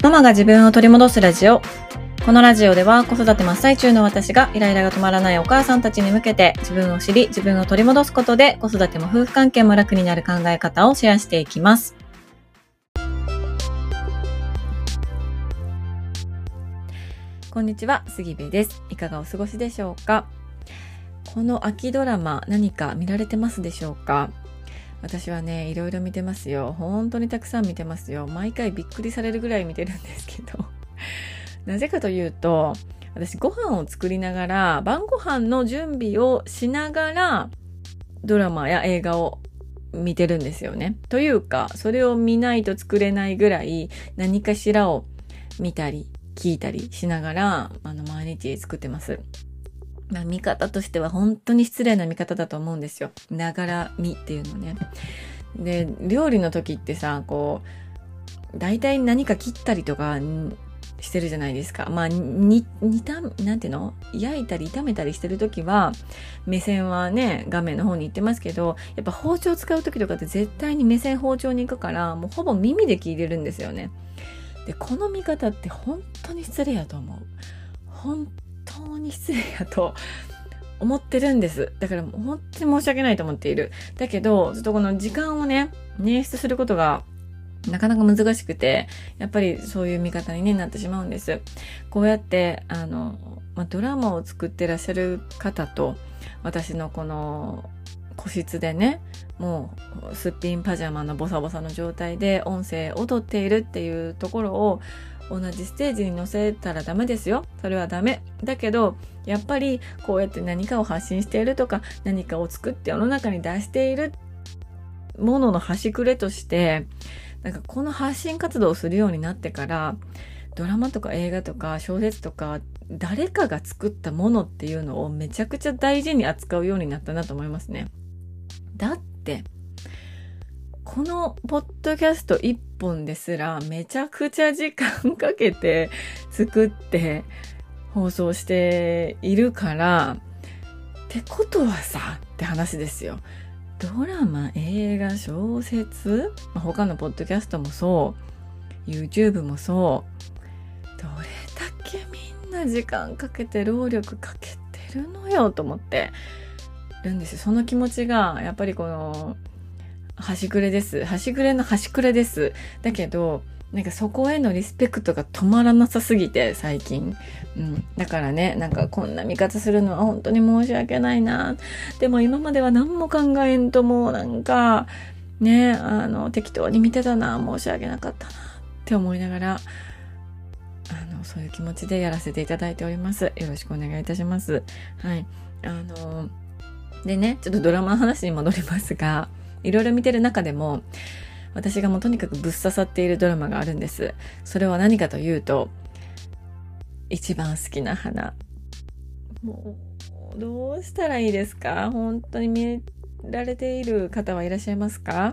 ママが自分を取り戻すラジオ。このラジオでは子育て真っ最中の私がイライラが止まらないお母さんたちに向けて自分を知り、自分を取り戻すことで子育ても夫婦関係も楽になる考え方をシェアしていきます。こんにちは、杉部です。いかがお過ごしでしょうか。この秋ドラマ何か見られてますでしょうか。私はね、いろいろ見てますよ。本当にたくさん見てますよ。毎回びっくりされるぐらい見てるんですけどなぜかというと、私ご飯を作りながら、晩ご飯の準備をしながらドラマや映画を見てるんですよね。というか、それを見ないと作れないぐらい何かしらを見たり聞いたりしながら毎日作ってます。見方としては本当に失礼な見方だと思うんですよ。ながら見っていうのね。で、料理の時ってさ、大体何か切ったりとかしてるじゃないですか。なんていうの？焼いたり炒めたりしてる時は、目線はね、画面の方に行ってますけど、やっぱ包丁使う時とかって絶対に目線包丁に行くから、もうほぼ耳で聞いてるんですよね。で、この見方って本当に失礼やと思う。本当に失礼やと思ってるんです。だからもう本当に申し訳ないと思っている。だけど、ちょっとこの時間をね、捻出することがなかなか難しくて、やっぱりそういう見方に、なってしまうんです。こうやってドラマを作ってらっしゃる方と、私のこの個室でね、もうすっぴんパジャマのボサボサの状態で音声踊っているっていうところを同じステージに載せたらダメですよ。それはダメ。だけど、やっぱりこうやって何かを発信しているとか、何かを作って世の中に出しているものの端くれとして、この発信活動をするようになってから、ドラマとか映画とか小説とか、誰かが作ったものっていうのをめちゃくちゃ大事に扱うようになったなと思いますね。だって、このポッドキャスト1本ですらめちゃくちゃ時間かけて作って放送しているから、ってことはさって話ですよ。ドラマ、映画、小説、他のポッドキャストもそう、YouTube もそう、どれだけみんな時間かけて労力かけてるのよと思ってるんですよ。その気持ちがやっぱりこの端くれです。端くれの端くれです。だけど、そこへのリスペクトが止まらなさすぎて、最近。だからね、こんな見方するのは本当に申し訳ないな。でも今までは何も考えんとも適当に見てたな。申し訳なかったな。って思いながら、そういう気持ちでやらせていただいております。よろしくお願いいたします。はい。でね、ちょっとドラマの話に戻りますが、いろいろ見てる中でも私がもうとにかくぶっ刺さっているドラマがあるんです。それは何かというと、一番好きな花。もうどうしたらいいですか？本当に見られている方はいらっしゃいますか？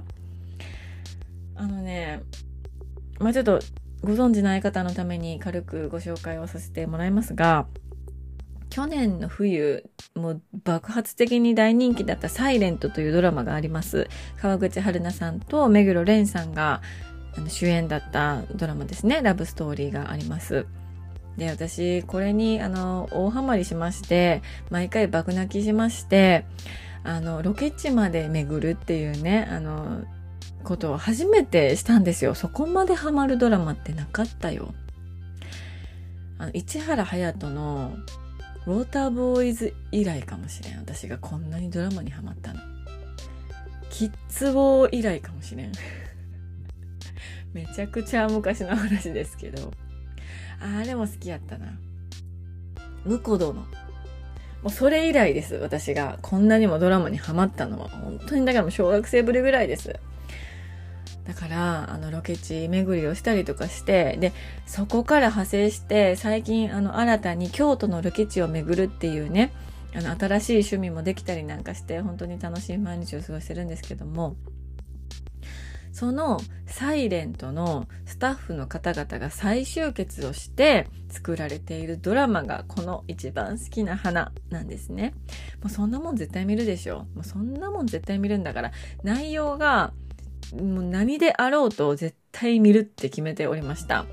ちょっとご存知ない方のために軽くご紹介をさせてもらいますが、去年の冬、もう爆発的に大人気だったサイレントというドラマがあります。川口春奈さんと目黒蓮さんが主演だったドラマですね。ラブストーリーがあります。で、私これに大ハマりしまして、毎回爆泣きしまして、ロケ地まで巡るっていうね、ことを初めてしたんですよ。そこまでハマるドラマってなかったよ。市原隼人のウォーターボーイズ以来かもしれん。私がこんなにドラマにハマったの。キッズボー以来かもしれん。めちゃくちゃ昔の話ですけど。あれも好きやったな。婿殿。もうそれ以来です。私がこんなにもドラマにハマったのは。本当にだからもう小学生ぶりぐらいです。だからロケ地巡りをしたりとかして、でそこから派生して最近新たに京都のロケ地を巡るっていうね、新しい趣味もできたりなんかして本当に楽しい毎日を過ごしてるんですけども、そのサイレントのスタッフの方々が再集結をして作られているドラマがこの一番好きな花なんですね。もうそんなもん絶対見るでしょ。もうそんなもん絶対見るんだから、内容がもう何であろうと絶対見るって決めておりました。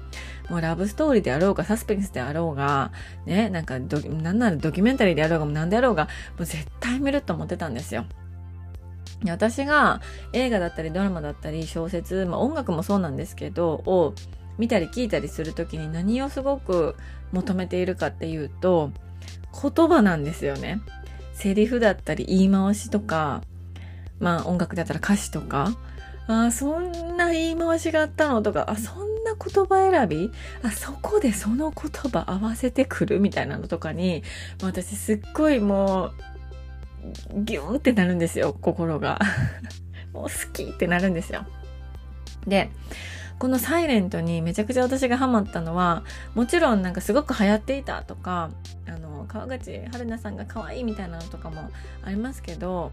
もうラブストーリーであろうがサスペンスであろうがね、なんならドキュメンタリーであろうが何であろうがもう絶対見ると思ってたんですよ。私が映画だったりドラマだったり小説、音楽もそうなんですけどを見たり聞いたりするときに何をすごく求めているかっていうと、言葉なんですよね。セリフだったり言い回しとか、音楽だったら歌詞とか、そんな言い回しがあったのとか、そんな言葉選び、そこでその言葉合わせてくるみたいなのとかに、私すっごいもうギュンってなるんですよ、心が。もう好きってなるんですよ。で、このサイレントにめちゃくちゃ私がハマったのは、もちろんなんかすごく流行っていたとか、川口春奈さんが可愛いみたいなのとかもありますけど、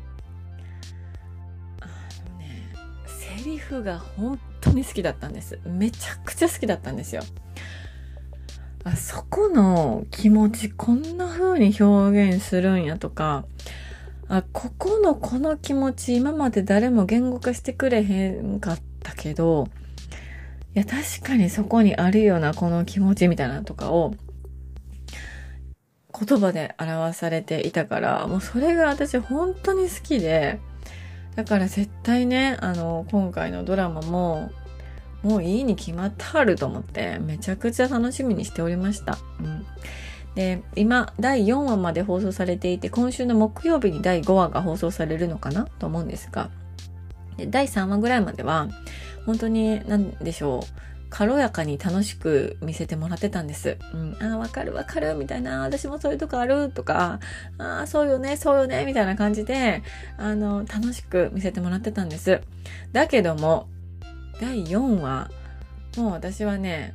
セリフが本当に好きだったんです。めちゃくちゃ好きだったんですよ。そこの気持ちこんな風に表現するんやとか、ここのこの気持ち今まで誰も言語化してくれへんかったけど、いや確かにそこにあるよなこの気持ちみたいなのとかを言葉で表されていたから、もうそれが私本当に好きで、だから絶対ね、今回のドラマもういいに決まってあると思ってめちゃくちゃ楽しみにしておりました。で、今第4話まで放送されていて、今週の木曜日に第5話が放送されるのかなと思うんですが、で第3話ぐらいまでは本当に何でしょう、軽やかに楽しく見せてもらってたんです。わかるわかるみたいな、私もそういうとこあるとか、そうよねそうよねみたいな感じで楽しく見せてもらってたんです。だけども第4話もう私はね、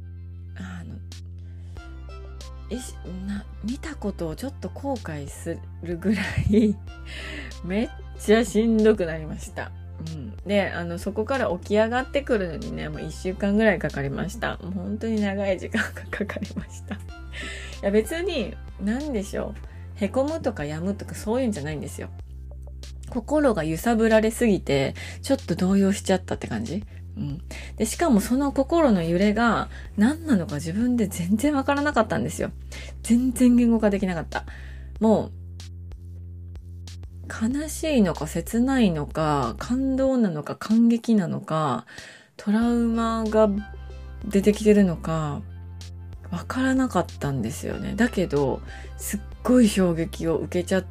見たことをちょっと後悔するぐらいめっちゃしんどくなりました。で、そこから起き上がってくるのにね、もう1週間ぐらいかかりました。もう本当に長い時間がかかりました。いや別に、何でしょう。へこむとかやむとかそういうんじゃないんですよ。心が揺さぶられすぎて、ちょっと動揺しちゃったって感じ。で、しかもその心の揺れが何なのか自分で全然わからなかったんですよ。全然言語化できなかった。もう、悲しいのか切ないのか感動なのか感激なのかトラウマが出てきてるのかわからなかったんですよね。だけどすっごい衝撃を受けちゃって、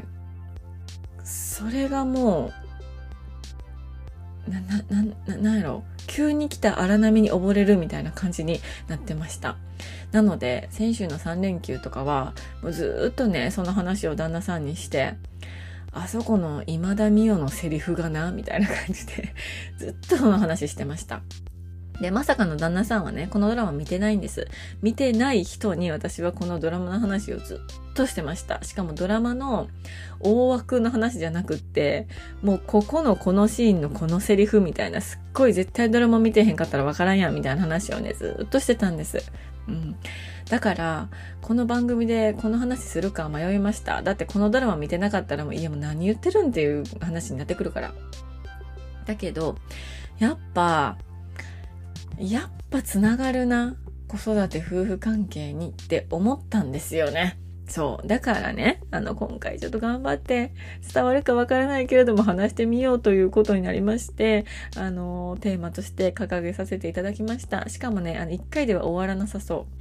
それがもうなんやろ、急に来た荒波に溺れるみたいな感じになってました。なので先週の3連休とかはもうずっとねその話を旦那さんにして、あそこの今田美桜のセリフがなみたいな感じでずっとその話してました。で、まさかの旦那さんはね、このドラマ見てないんです。見てない人に私はこのドラマの話をずっとしてました。しかもドラマの大枠の話じゃなくって、もうここのこのシーンのこのセリフみたいな、すっごい絶対ドラマ見てへんかったらわからんやんみたいな話をね、ずっとしてたんです。だからこの番組でこの話するか迷いました。だってこのドラマ見てなかったらもう何言ってるんっていう話になってくるから。だけどやっぱつながるな、子育て夫婦関係にって思ったんですよね。そうだからね、今回ちょっと頑張って伝わるかわからないけれども話してみようということになりまして、テーマとして掲げさせていただきました。しかもね1回では終わらなさそう。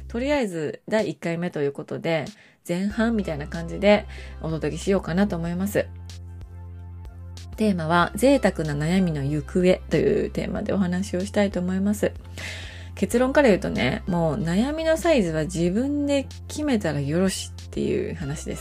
とりあえず第1回目ということで前半みたいな感じでお届けしようかなと思います。テーマは贅沢な悩みの行方というテーマでお話をしたいと思います。結論から言うとね、もう悩みのサイズは自分で決めたらよろしっていう話です。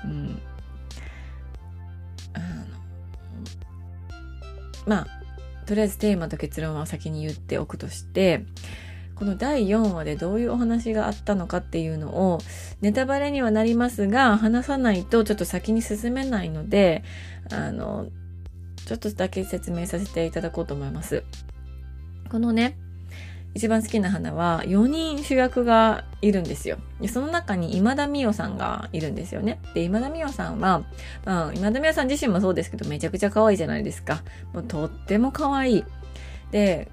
とりあえずテーマと結論は先に言っておくとして、この第4話でどういうお話があったのかっていうのをネタバレにはなりますが話さないとちょっと先に進めないので、ちょっとだけ説明させていただこうと思います。このね、一番好きな花は4人主役がいるんですよ。でその中に今田美桜さんがいるんですよね。で今田美桜さんは、今田美桜さん自身もそうですけどめちゃくちゃ可愛いじゃないですか。もうとっても可愛い。で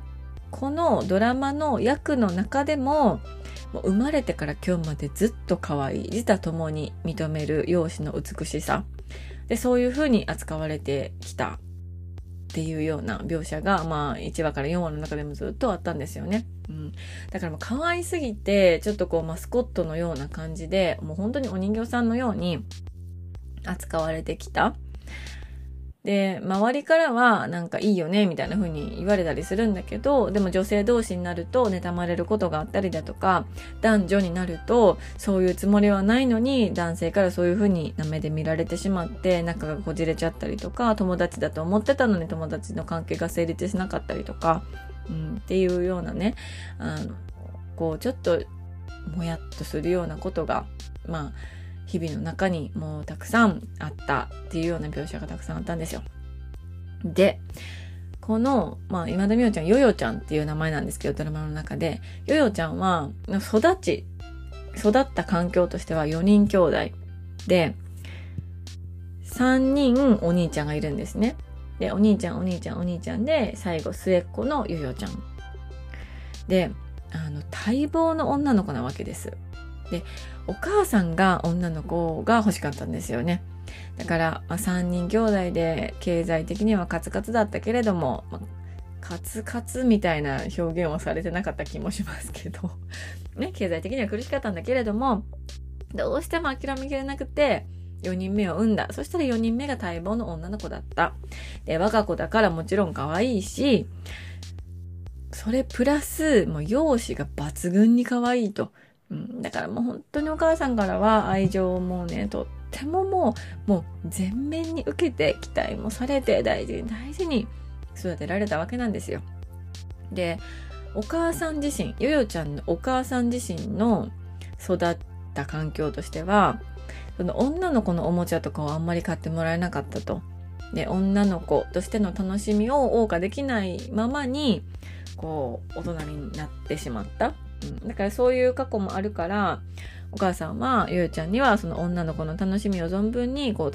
このドラマの役の中でも、もう生まれてから今日までずっと可愛い、自他ともに認める容姿の美しさで、そういう風に扱われてきたっていうような描写が、1話から4話の中でもずっとあったんですよね。だからもう可愛すぎて、ちょっとこうマスコットのような感じで、もう本当にお人形さんのように扱われてきた。で、周りからはなんかいいよねみたいな風に言われたりするんだけど、でも女性同士になると妬まれることがあったりだとか、男女になるとそういうつもりはないのに男性からそういう風にな目で見られてしまって仲がこじれちゃったりとか、友達だと思ってたのに友達の関係が成立しなかったりとか、っていうようなね、こうちょっともやっとするようなことが、日々の中にもうたくさんあったっていうような描写がたくさんあったんですよ。で、この、今田美桜ちゃん、ヨヨちゃんっていう名前なんですけど、ドラマの中で、ヨヨちゃんは育った環境としては4人兄弟で、3人お兄ちゃんがいるんですね。で、お兄ちゃんで、最後末っ子のヨヨちゃん。で、待望の女の子なわけです。で、お母さんが女の子が欲しかったんですよね。だから、3人兄弟で経済的にはカツカツだったけれども、カツカツみたいな表現はされてなかった気もしますけどね、経済的には苦しかったんだけれども、どうしても諦めきれなくて4人目を産んだ。そしたら4人目が待望の女の子だった。で、我が子だからもちろん可愛いし、それプラスもう容姿が抜群に可愛いと。だからもう本当にお母さんからは愛情をもうね、とってももう全面に受けて期待もされて大事に育てられたわけなんですよ。で、お母さん自身、ヨヨちゃんのお母さん自身の育った環境としては、その女の子のおもちゃとかをあんまり買ってもらえなかったと。で、女の子としての楽しみを謳歌できないままに、こう、大人になってしまった。だからそういう過去もあるから、お母さんはヨヨちゃんにはその女の子の楽しみを存分にこう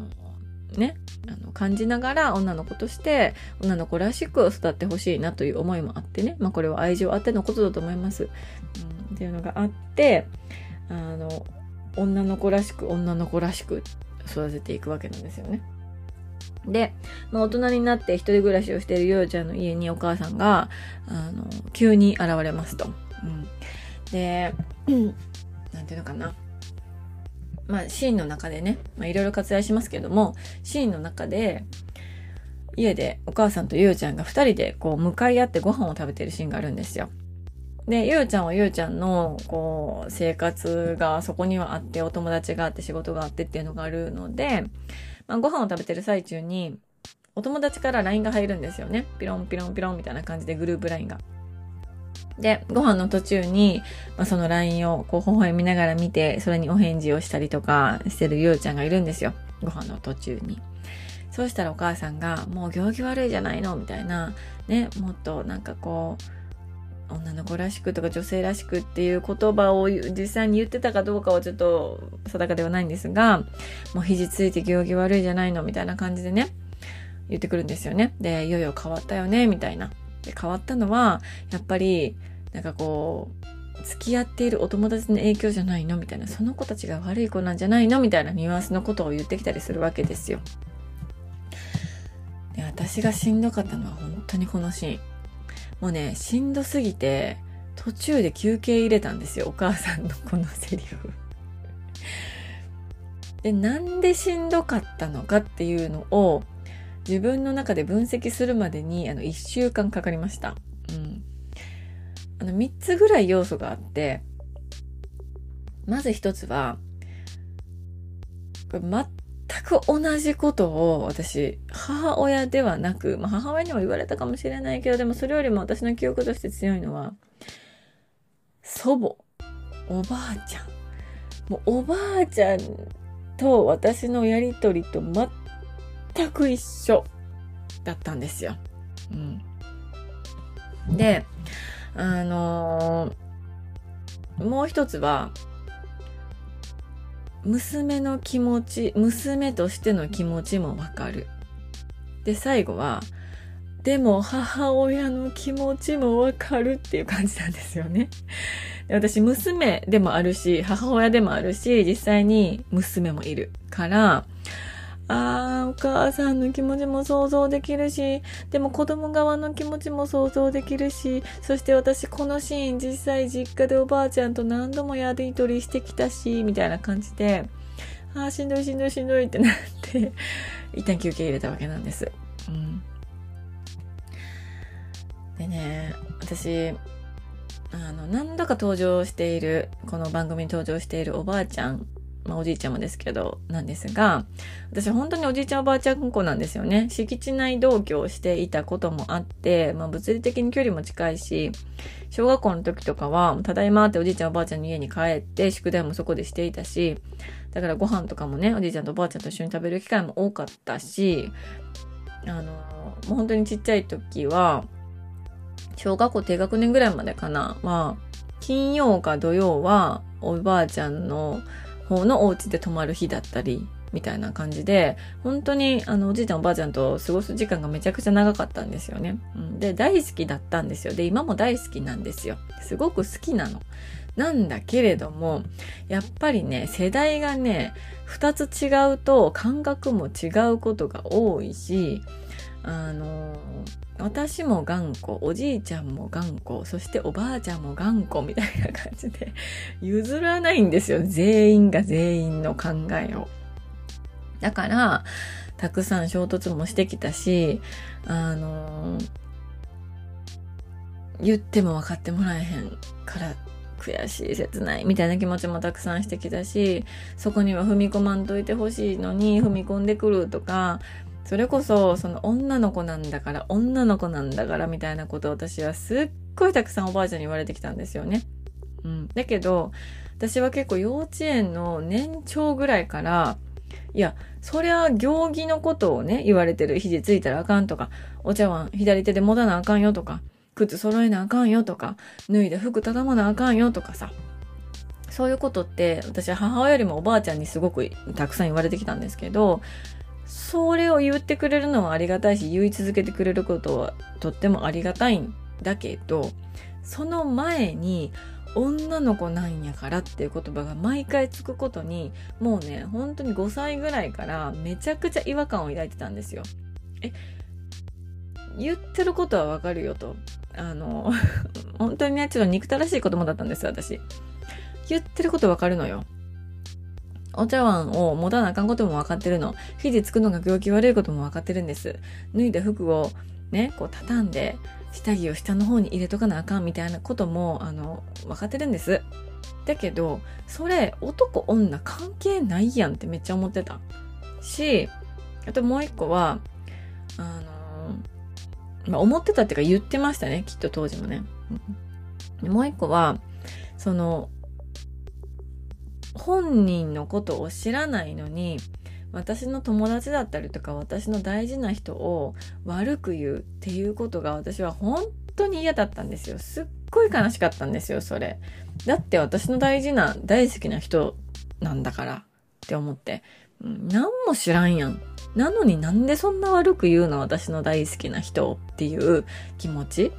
感じながら女の子として女の子らしく育ってほしいなという思いもあってね、これは愛情あってのことだと思います。っていうのがあって、女の子らしく育てていくわけなんですよね。で、大人になって一人暮らしをしているヨヨちゃんの家にお母さんが急に現れますと。で、なんていうのかな。シーンの中でね、いろいろ割愛しますけども、シーンの中で家でお母さんとヨヨちゃんが二人でこう向かい合ってご飯を食べているシーンがあるんですよ。で、ヨヨちゃんはヨヨちゃんのこう生活がそこにはあって、お友達があって仕事があってっていうのがあるので、ご飯を食べてる最中にお友達から LINE が入るんですよね。ピロンピロンピロンみたいな感じでグループ LINE が。で、ご飯の途中に、その LINE をこう微笑みながら見て、それにお返事をしたりとかしてるヨヨちゃんがいるんですよ。ご飯の途中に。そうしたらお母さんが、もう行儀悪いじゃないのみたいな、ね、もっとなんかこう、女の子らしくとか女性らしくっていう言葉を実際に言ってたかどうかはちょっと定かではないんですが、もう肘ついて行儀悪いじゃないのみたいな感じでね、言ってくるんですよね。で、ヨヨ変わったよねみたいな。で、変わったのは、やっぱり、なんかこう、付き合っているお友達の影響じゃないのみたいな、その子たちが悪い子なんじゃないのみたいなニュアンスのことを言ってきたりするわけですよ。で、私がしんどかったのは本当にこのシーン。もうね、しんどすぎて、途中で休憩入れたんですよ。お母さんのこのセリフ。で、なんでしんどかったのかっていうのを、自分の中で分析するまでに1週間かかりました。3つぐらい要素があって、まず1つは、これ全く同じことを私、母親ではなく、母親にも言われたかもしれないけど、でもそれよりも私の記憶として強いのは、祖母、おばあちゃん。もうおばあちゃんと私のやりとりと全く一緒だったんですよ。で、もう一つは、娘の気持ち、娘としての気持ちもわかる。で、最後は、 でも母親の気持ちもわかるっていう感じなんですよね。で私娘でもあるし、母親でもあるし、実際に娘もいるから、お母さんの気持ちも想像できるし、でも子供側の気持ちも想像できるし、そして私このシーン実際実家でおばあちゃんと何度もやりとりしてきたし、みたいな感じで、しんどいしんどいしんどいってなって、一旦休憩入れたわけなんです。でね、私、何度か登場している、この番組に登場しているおばあちゃん、おじいちゃんもですけど、なんですが、私本当におじいちゃんおばあちゃん子なんですよね。敷地内同居をしていたこともあって、物理的に距離も近いし、小学校の時とかは、ただいまっておじいちゃんおばあちゃんの家に帰って、宿題もそこでしていたし、だからご飯とかもね、おじいちゃんとおばあちゃんと一緒に食べる機会も多かったし、もう本当にちっちゃい時は、小学校低学年ぐらいまでかなは、金曜か土曜はおばあちゃんの方のお家で泊まる日だったり、みたいな感じで、本当におじいちゃんおばあちゃんと過ごす時間がめちゃくちゃ長かったんですよね。で、大好きだったんですよ。で、今も大好きなんですよ。すごく好きなの。なんだけれども、やっぱりね、世代がね、二つ違うと感覚も違うことが多いし、私も頑固、おじいちゃんも頑固、そしておばあちゃんも頑固みたいな感じで譲らないんですよ。全員が全員の考えを。だから、たくさん衝突もしてきたし、言っても分かってもらえへんから悔しい、切ないみたいな気持ちもたくさんしてきたし、そこには踏み込まんといてほしいのに踏み込んでくるとか、それこそその女の子なんだからみたいなことを私はすっごいたくさんおばあちゃんに言われてきたんですよね。だけど私は結構幼稚園の年長ぐらいから、いやそりゃ行儀のことをね言われてる、肘ついたらあかんとか、お茶碗左手で持たなあかんよとか、靴揃えなあかんよとか、脱いだ服畳まなあかんよとかさ、そういうことって私は母親よりもおばあちゃんにすごくたくさん言われてきたんですけど、それを言ってくれるのはありがたいし、言い続けてくれることはとってもありがたいんだけど、その前に女の子なんやからっていう言葉が毎回つくことに、もうね本当に5歳ぐらいからめちゃくちゃ違和感を抱いてたんですよ。言ってることはわかるよと、本当にねちょっと憎たらしい子供だったんです私。言ってることわかるのよ。お茶碗を持たなあかんことも分かってるの。肘つくのが行儀悪いことも分かってるんです。脱いだ服をね、こう畳んで、下着を下の方に入れとかなあかんみたいなことも、分かってるんです。だけど、それ、男女関係ないやんってめっちゃ思ってた。し、あともう一個は、思ってたっていうか言ってましたね。きっと当時もね。もう一個は、本人のことを知らないのに、私の友達だったりとか私の大事な人を悪く言うっていうことが私は本当に嫌だったんですよ。すっごい悲しかったんですよ、それ。だって私の大事な大好きな人なんだからって思って、何も知らんやん。なのになんでそんな悪く言うの、私の大好きな人っていう気持ち。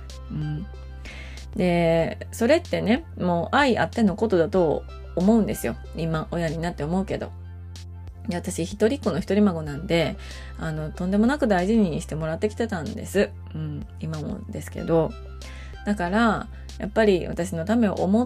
で、それってね、もう愛あってのことだと思うんですよ。今親になって思うけど。私一人っ子の一人孫なんで、とんでもなく大事にしてもらってきてたんです。今もですけど。だから、やっぱり私のためを思って、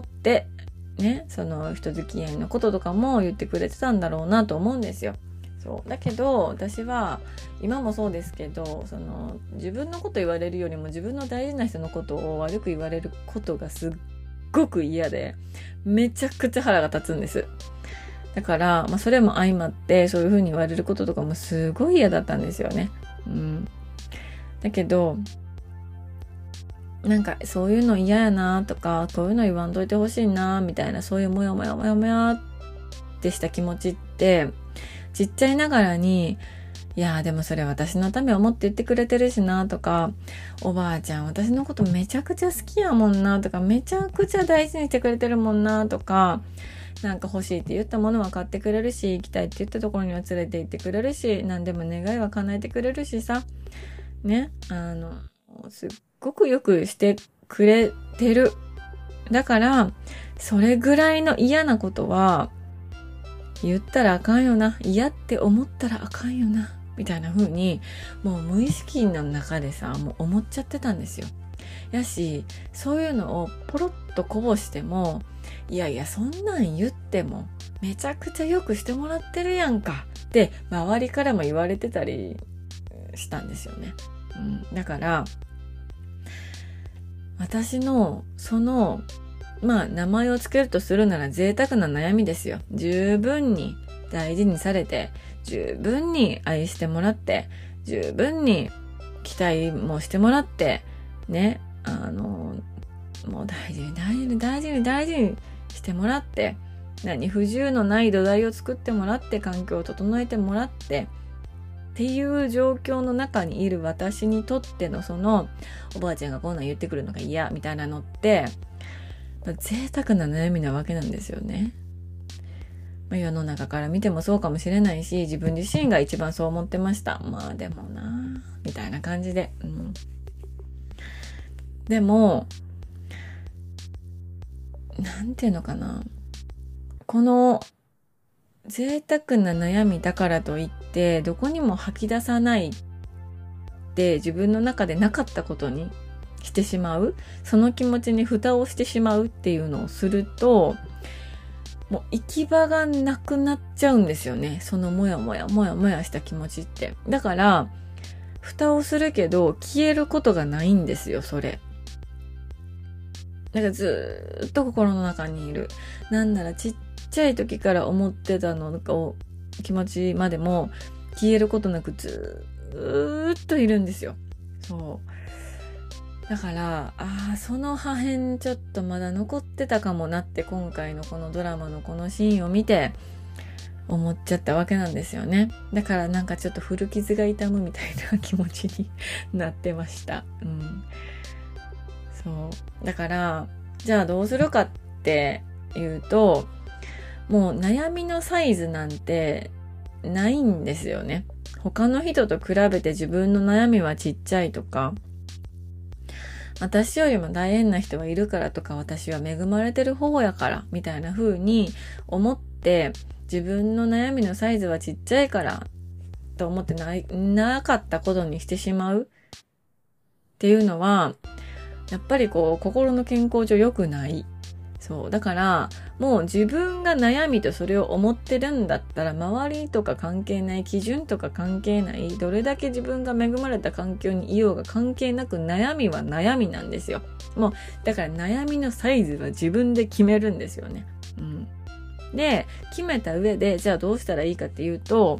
ね、その人付き合いのこととかも言ってくれてたんだろうなと思うんですよ。そうだけど私は今もそうですけど、自分のこと言われるよりも自分の大事な人のことを悪く言われることがすっごく嫌で、めちゃくちゃ腹が立つんです。だから、それも相まってそういう風に言われることとかもすごい嫌だったんですよね。だけどなんかそういうの嫌やなとか、こういうの言わんといてほしいなみたいな、そういうもやもやもやもやってした気持ちってちっちゃいながらに、いやでもそれ私のためを思って言ってくれてるしなとか、おばあちゃん私のことめちゃくちゃ好きやもんなとか、めちゃくちゃ大事にしてくれてるもんなとか、なんか欲しいって言ったものは買ってくれるし、行きたいって言ったところには連れて行ってくれるし、何でも願いは叶えてくれるしさ、 ね、すっごくよくしてくれてる。だから、それぐらいの嫌なことは、言ったらあかんよな。嫌って思ったらあかんよな。みたいな風に、もう無意識の中でさ、もう思っちゃってたんですよ。やし、そういうのをポロッとこぼしても、いやいや、そんなん言っても、めちゃくちゃよくしてもらってるやんか。って周りからも言われてたりしたんですよね。だから私のその名前をつけるとするなら贅沢な悩みですよ。十分に大事にされて、十分に愛してもらって、十分に期待もしてもらってね、もう大事にしてもらって、不自由のない土台を作ってもらって、環境を整えてもらってっていう状況の中にいる私にとっての、そのおばあちゃんがこんなん言ってくるのが嫌みたいなのって、贅沢な悩みなわけなんですよね。世の中から見てもそうかもしれないし、自分自身が一番そう思ってました。でもなみたいな感じで、でもなんていうのかな、この贅沢な悩みだからといってどこにも吐き出さないって自分の中でなかったことにしてしまう、その気持ちに蓋をしてしまうっていうのをすると、もう行き場がなくなっちゃうんですよね。そのもやもやした気持ちって。だから蓋をするけど消えることがないんですよ、それ。だからずーっと心の中にいる。なんならちっちゃい時から思ってたのを気持ちまでも消えることなくずーっといるんですよ。そうだから、その破片ちょっとまだ残ってたかもなって、今回のこのドラマのこのシーンを見て思っちゃったわけなんですよね。だからなんかちょっと古傷が痛むみたいな気持ちになってました。そうだから、じゃあどうするかっていうと、もう悩みのサイズなんてないんですよね。他の人と比べて自分の悩みはちっちゃいとか、私よりも大変な人はいるからとか、私は恵まれてる方やからみたいな風に思って、自分の悩みのサイズはちっちゃいからと思ってなかったことにしてしまうっていうのは、やっぱり心の健康上良くない。そうだから、もう自分が悩みとそれを思ってるんだったら、周りとか関係ない、基準とか関係ない、どれだけ自分が恵まれた環境にいようが関係なく、悩みは悩みなんですよ。もうだから悩みのサイズは自分で決めるんですよね。で、決めた上で、じゃあどうしたらいいかっていうと、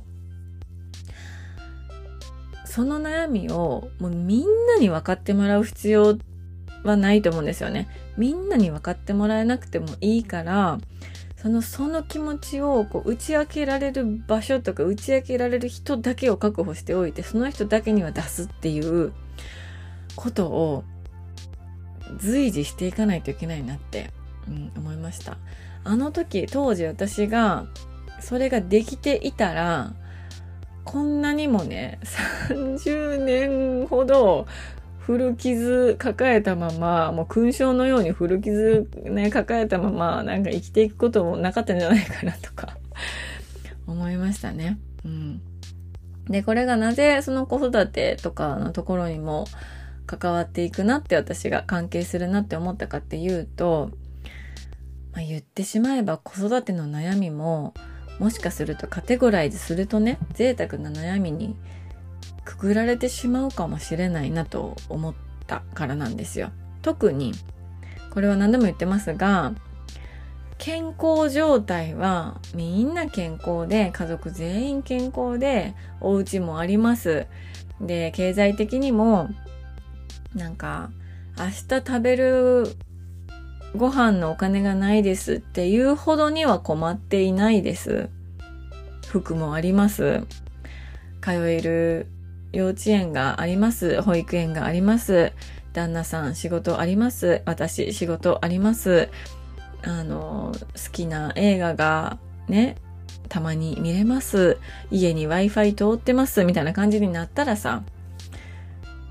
その悩みをもうみんなに分かってもらう必要はないと思うんですよね。みんなに分かってもらえなくてもいいから、その気持ちを打ち明けられる場所とか、打ち明けられる人だけを確保しておいて、その人だけには出すっていうことを随時していかないといけないなって、思いました。当時私がそれができていたら、こんなにもね、30年ほど古傷抱えたまま、もう勲章のように古傷ね、抱えたまま、なんか生きていくこともなかったんじゃないかなとか思いましたね。で、これがなぜその子育てとかのところにも関わっていくなって、私が関係するなって思ったかっていうと、言ってしまえば子育ての悩みも、もしかするとカテゴライズするとね、贅沢な悩みにくくられてしまうかもしれないなと思ったからなんですよ。特にこれは何度も言ってますが、健康状態はみんな健康で、家族全員健康で、お家もあります。で、経済的にもなんか明日食べるご飯のお金がないですっていうほどには困っていないです。服もあります。通える幼稚園があります。保育園があります。旦那さん仕事あります。私仕事あります。好きな映画がね、たまに見れます。家に Wi-Fi 通ってます。みたいな感じになったらさ、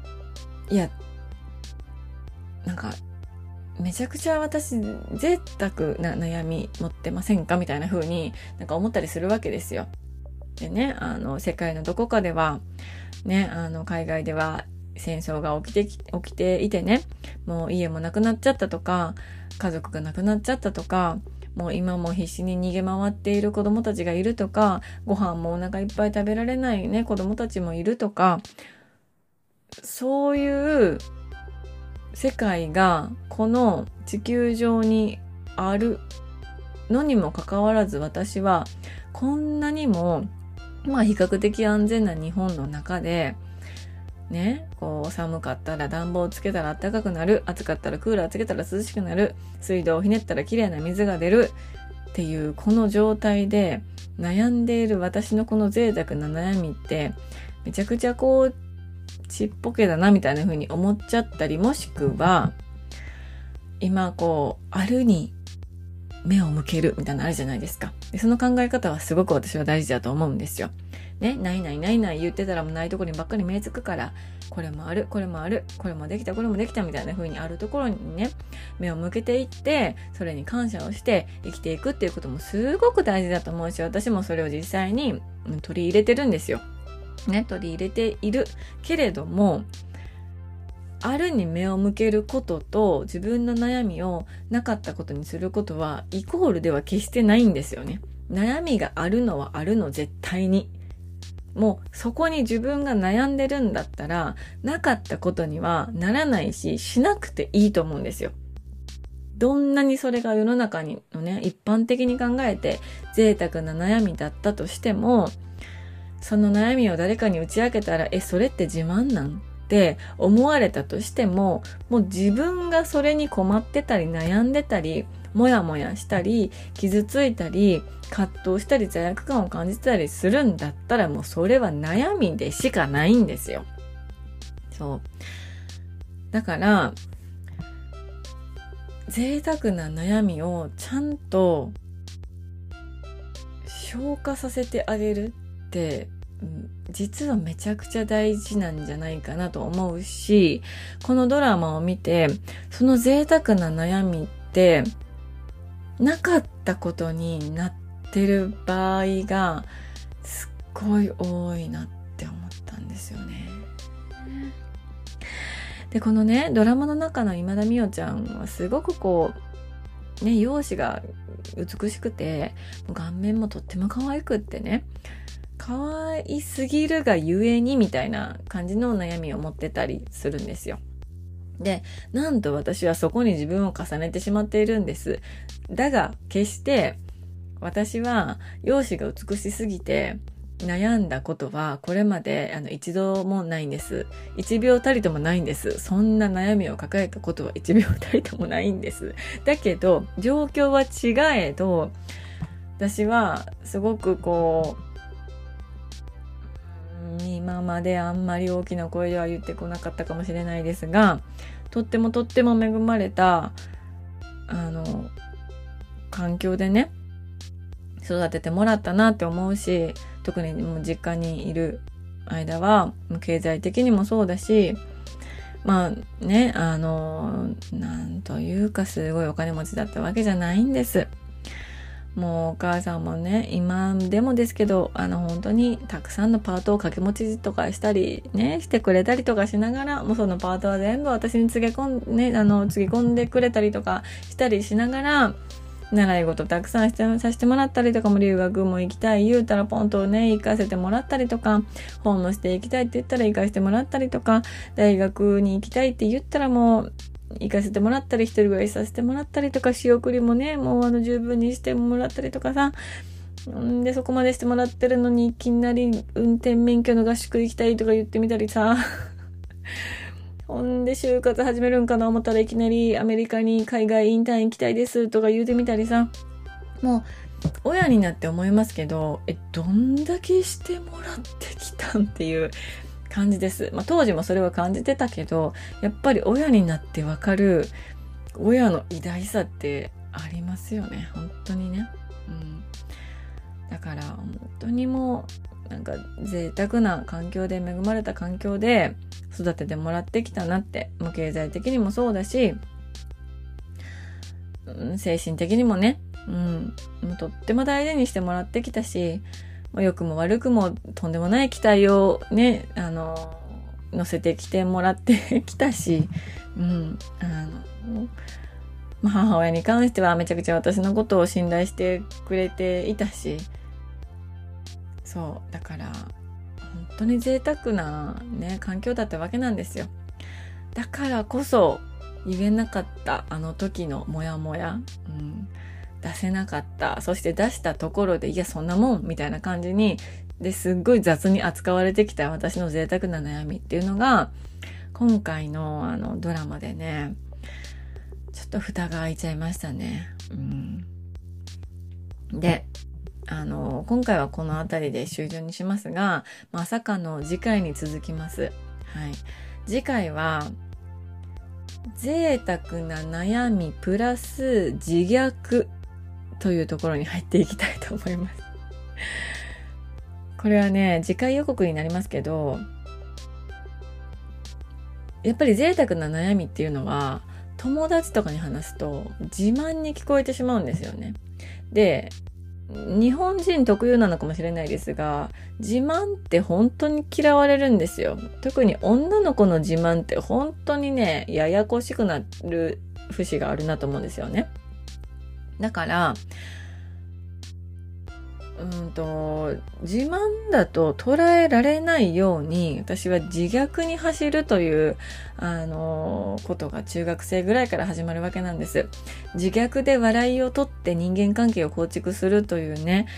いや、なんかめちゃくちゃ私贅沢な悩み持ってませんかみたいな風になんか思ったりするわけですよ。でね、世界のどこかではね、海外では戦争が起きていてね、もう家もなくなっちゃったとか、家族がなくなっちゃったとか、もう今も必死に逃げ回っている子供たちがいるとか、ご飯もお腹いっぱい食べられないね、子供たちもいるとか、そういう世界がこの地球上にあるのにもかかわらず、私はこんなにも比較的安全な日本の中でね、こう寒かったら暖房つけたら暖かくなる、暑かったらクーラーつけたら涼しくなる、水道をひねったらきれいな水が出るっていうこの状態で悩んでいる私のこの贅沢な悩みってめちゃくちゃこうちっぽけだなみたいな風に思っちゃったり、もしくは今こうあるに目を向けるみたいなのあるじゃないですか。でその考え方はすごく私は大事だと思うんですよ。ね、ないないないない言ってたらもうないところにばっかり目つくから、これもある、これもある、これもできた、これもできたみたいな風にあるところにね、目を向けていって、それに感謝をして生きていくっていうこともすごく大事だと思うし、私もそれを実際に取り入れてるんですよ。ね、取り入れているけれども、あるに目を向けることと自分の悩みをなかったことにすることはイコールでは決してないんですよね。悩みがあるのはあるの、絶対に。もうそこに自分が悩んでるんだったら、なかったことにはならないし、しなくていいと思うんですよ。どんなにそれが世の中のね、一般的に考えて贅沢な悩みだったとしても、その悩みを誰かに打ち明けたら、それって自慢なんって思われたとしても、もう自分がそれに困ってたり悩んでたり、もやもやしたり、傷ついたり、葛藤したり、罪悪感を感じたりするんだったら、もうそれは悩みでしかないんですよ。そう。だから、贅沢な悩みをちゃんと消化させてあげるって、実はめちゃくちゃ大事なんじゃないかなと思うし、このドラマを見て、その贅沢な悩みってなかったことになってる場合がすっごい多いなって思ったんですよね。で、このね、ドラマの中の今田美桜ちゃんはすごくこうね、容姿が美しくて、顔面もとっても可愛くってね、可愛すぎるがゆえにみたいな感じの悩みを持ってたりするんですよ。で、なんと私はそこに自分を重ねてしまっているんです。だが、決して私は容姿が美しすぎて悩んだことはこれまで一度もないんです。一秒たりともないんです。そんな悩みを抱えたことは一秒たりともないんです。だけど、状況は違えど、私はすごくこう、今まであんまり大きな声では言ってこなかったかもしれないですが、とっても恵まれた環境でね育ててもらったなって思うし、特にもう実家にいる間は経済的にもそうだし、なんというかすごいお金持ちだったわけじゃないんです。もうお母さんもね、今でもですけど、本当にたくさんのパートを掛け持ちとかしたりね、してくれたりとかしながら、もうそのパートは全部私につぎ込んでくれたりとかしたりしながら、習い事たくさんさせてもらったりとかも、留学も行きたい言うたらポンとね、行かせてもらったりとか、本もして行きたいって言ったら行かせてもらったりとか、大学に行きたいって言ったらもう、行かせてもらったり、一人暮らしさせてもらったりとか、仕送りもね、もう十分にしてもらったりとかさ、で、そこまでしてもらってるのに、いきなり運転免許の合宿行きたいとか言ってみたりさ、ほんで就活始めるんかな思ったらいきなりアメリカに海外インターン行きたいですとか言うてみたりさ、もう親になって思いますけど、どんだけしてもらってきたんっていう感じです。当時もそれは感じてたけど、やっぱり親になってわかる親の偉大さってありますよね、本当にね。だから本当にもなんか贅沢な環境で恵まれた環境で育ててもらってきたなって、もう経済的にもそうだし、精神的にもね、もうとっても大事にしてもらってきたし、良くも悪くもとんでもない期待をね、乗せてきてもらってきたし、母親に関してはめちゃくちゃ私のことを信頼してくれていたし、そうだから本当に贅沢なね環境だったわけなんですよ。だからこそ言えなかったあの時のモヤモヤ、出せなかった。そして出したところでいやそんなもんみたいな感じにですっごい雑に扱われてきた私の贅沢な悩みっていうのが今回のドラマでね、ちょっと蓋が開いちゃいましたね。で、今回はこの辺りで終了にしますが、まさかの次回に続きます。はい。次回は贅沢な悩みプラス自虐というところに入っていきたいと思います。これはね、次回予告になりますけど、やっぱり贅沢な悩みっていうのは友達とかに話すと自慢に聞こえてしまうんですよね。で、日本人特有なのかもしれないですが、自慢って本当に嫌われるんですよ。特に女の子の自慢って本当にね、ややこしくなる節があるなと思うんですよね。だから自慢だと捉えられないように私は自虐に走るということが中学生ぐらいから始まるわけなんです。自虐で笑いを取って人間関係を構築するというね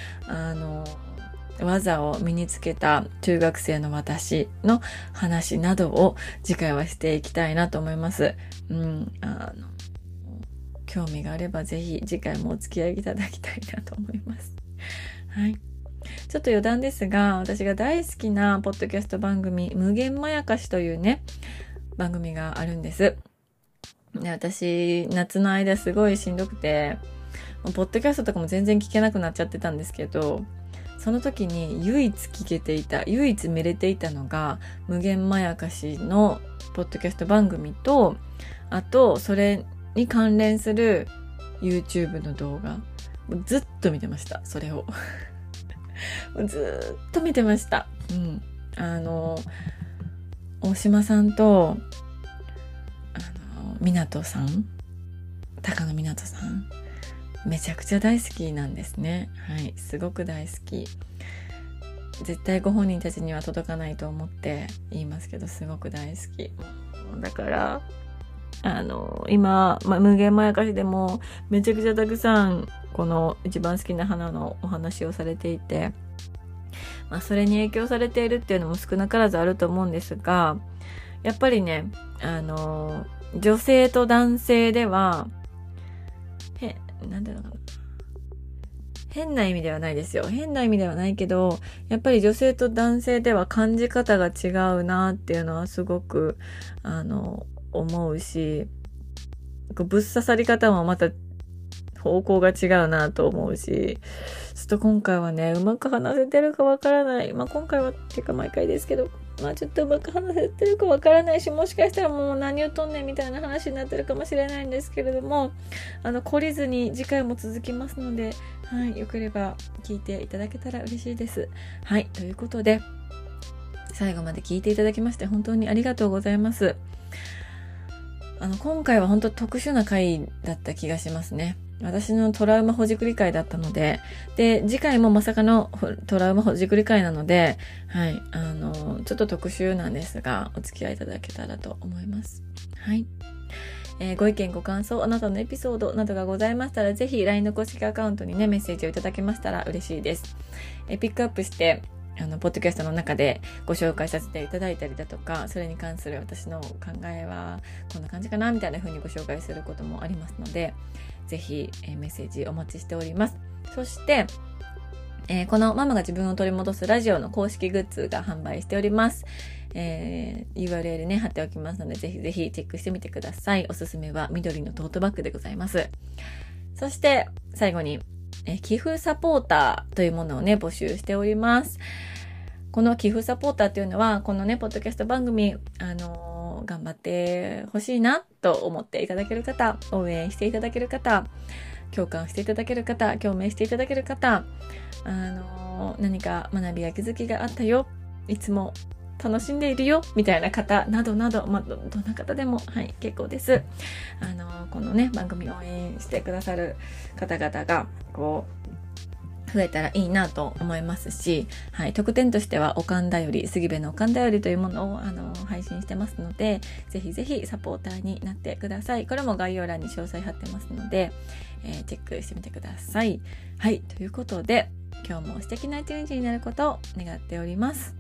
技を身につけた中学生の私の話などを次回はしていきたいなと思います。興味があればぜひ次回もお付き合いいただきたいなと思います。はい。ちょっと余談ですが、私が大好きなポッドキャスト番組、無限まやかしというね、番組があるんです。で、私、夏の間すごいしんどくて、ポッドキャストとかも全然聞けなくなっちゃってたんですけど、その時に唯一見れていたのが、無限まやかしのポッドキャスト番組と、あと、それに関連する YouTube の動画。ずっと見てました、それを。ずっと見てました。大島さんと、港さん、高野港さん、めちゃくちゃ大好きなんですね。はい、すごく大好き。絶対ご本人たちには届かないと思って言いますけど、すごく大好き。だから、今、無限まやかしでもめちゃくちゃたくさんこの一番好きな花のお話をされていて、それに影響されているっていうのも少なからずあると思うんですが、やっぱりね、女性と男性ではなんていうのかな、変な意味ではないですよ。変な意味ではないけど、やっぱり女性と男性では感じ方が違うなっていうのはすごく思うし、ぶっ刺さり方もまた方向が違うなと思うし、ちょっと今回はね、うまく話せてるかわからない。今回はっていうか毎回ですけど、ちょっとうまく話せてるかわからないし、もしかしたらもう何言うとんねんみたいな話になってるかもしれないんですけれども、懲りずに次回も続きますので、はい、よければ聞いていただけたら嬉しいです。はい、ということで、最後まで聞いていただきまして本当にありがとうございます。今回は本当特殊な回だった気がしますね。私のトラウマほじくり会だったので、で、次回もまさかのトラウマほじくり会なので、はい、ちょっと特殊なんですが、お付き合いいただけたらと思います。はい。ご意見ご感想、あなたのエピソードなどがございましたら、ぜひ LINE の公式アカウントにね、メッセージをいただけましたら嬉しいです。ピックアップして、ポッドキャストの中でご紹介させていただいたりだとか、それに関する私の考えはこんな感じかなみたいな風にご紹介することもありますので、ぜひ、メッセージお待ちしております。そして、このママが自分を取り戻すラジオの公式グッズが販売しております。URL ね、貼っておきますので、ぜひぜひチェックしてみてください。おすすめは緑のトートバッグでございます。そして、最後に、寄付サポーターというものをね、募集しております。 この寄付サポーターというのは、このね、ポッドキャスト番組、頑張ってほしいなと思っていただける方、応援していただける方、共感していただける方、共鳴していただける方、何か学びや気づきがあったよ、いつも楽しんでいるよみたいな方などなど、どんな方でも、はい、結構です。このね、番組を応援してくださる方々が増えたらいいなと思いますし、はい、特典としてはおかんだより、杉部のおかんだよりというものを配信してますので、ぜひぜひサポーターになってください。これも概要欄に詳細貼ってますので、チェックしてみてください。はい、ということで今日も素敵な一日になることを願っております。